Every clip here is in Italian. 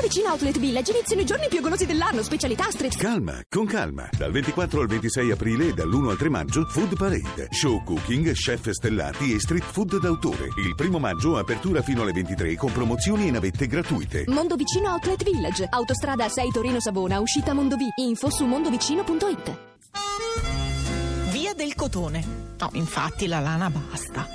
Vicino Outlet Village iniziano i giorni più golosi dell'anno, specialità street. Calma, con calma. Dal 24 al 26 aprile e dall'1 al 3 maggio, Food Parade. Show cooking, chef stellati e street food d'autore. Il 1 maggio apertura fino alle 23 con promozioni e navette gratuite. Mondovicino Outlet Village, autostrada 6 Torino Savona, uscita Mondovì. Info su mondovicino.it. Via del Cotone. No, infatti la lana basta.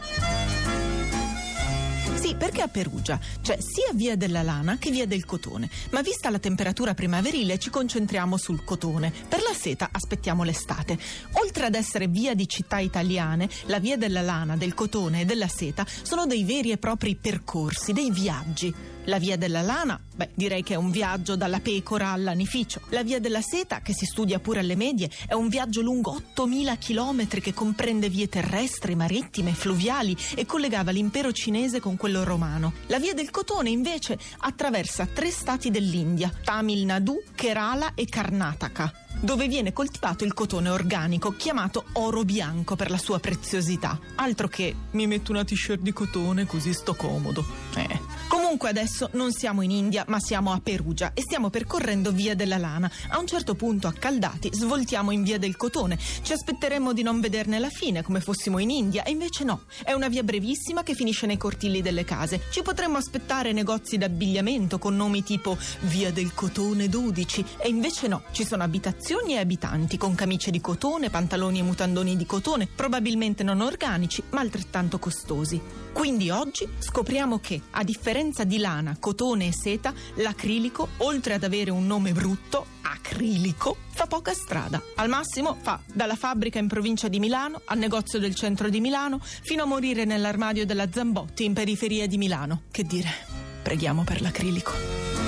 Sì, perché a Perugia c'è sia via della lana che via del cotone, ma vista la temperatura primaverile ci concentriamo sul cotone. Per la seta aspettiamo l'estate. Oltre ad essere via di città italiane, la via della lana, del cotone e della seta sono dei veri e propri percorsi, dei viaggi. La via della lana, direi che è un viaggio dalla pecora al lanificio. La via della seta, che si studia pure alle medie, è un viaggio lungo 8.000 chilometri che comprende vie terrestri, marittime, fluviali e collegava l'impero cinese con quello romano. La via del cotone, invece, attraversa 3 stati dell'India, Tamil Nadu, Kerala e Karnataka, dove viene coltivato il cotone organico, chiamato oro bianco per la sua preziosità. Altro che mi metto una t-shirt di cotone così sto comodo. Comunque adesso non siamo in India, ma siamo a Perugia e stiamo percorrendo via della lana. A un certo punto, accaldati, svoltiamo in via del cotone. Ci aspetteremmo di non vederne la fine, come fossimo in India, e invece no. È una via brevissima che finisce nei cortili delle case. Ci potremmo aspettare negozi d'abbigliamento con nomi tipo via del cotone 12, e invece no, ci sono abitazioni e abitanti con camicie di cotone, pantaloni e mutandoni di cotone, probabilmente non organici, ma altrettanto costosi. Quindi oggi scopriamo che, a differenza di lana, cotone e seta, l'acrilico, oltre ad avere un nome brutto, acrilico, fa poca strada. Al massimo fa dalla fabbrica in provincia di Milano al negozio del centro di Milano, fino a morire nell'armadio della Zambotti in periferia di Milano. Che dire, preghiamo per l'acrilico.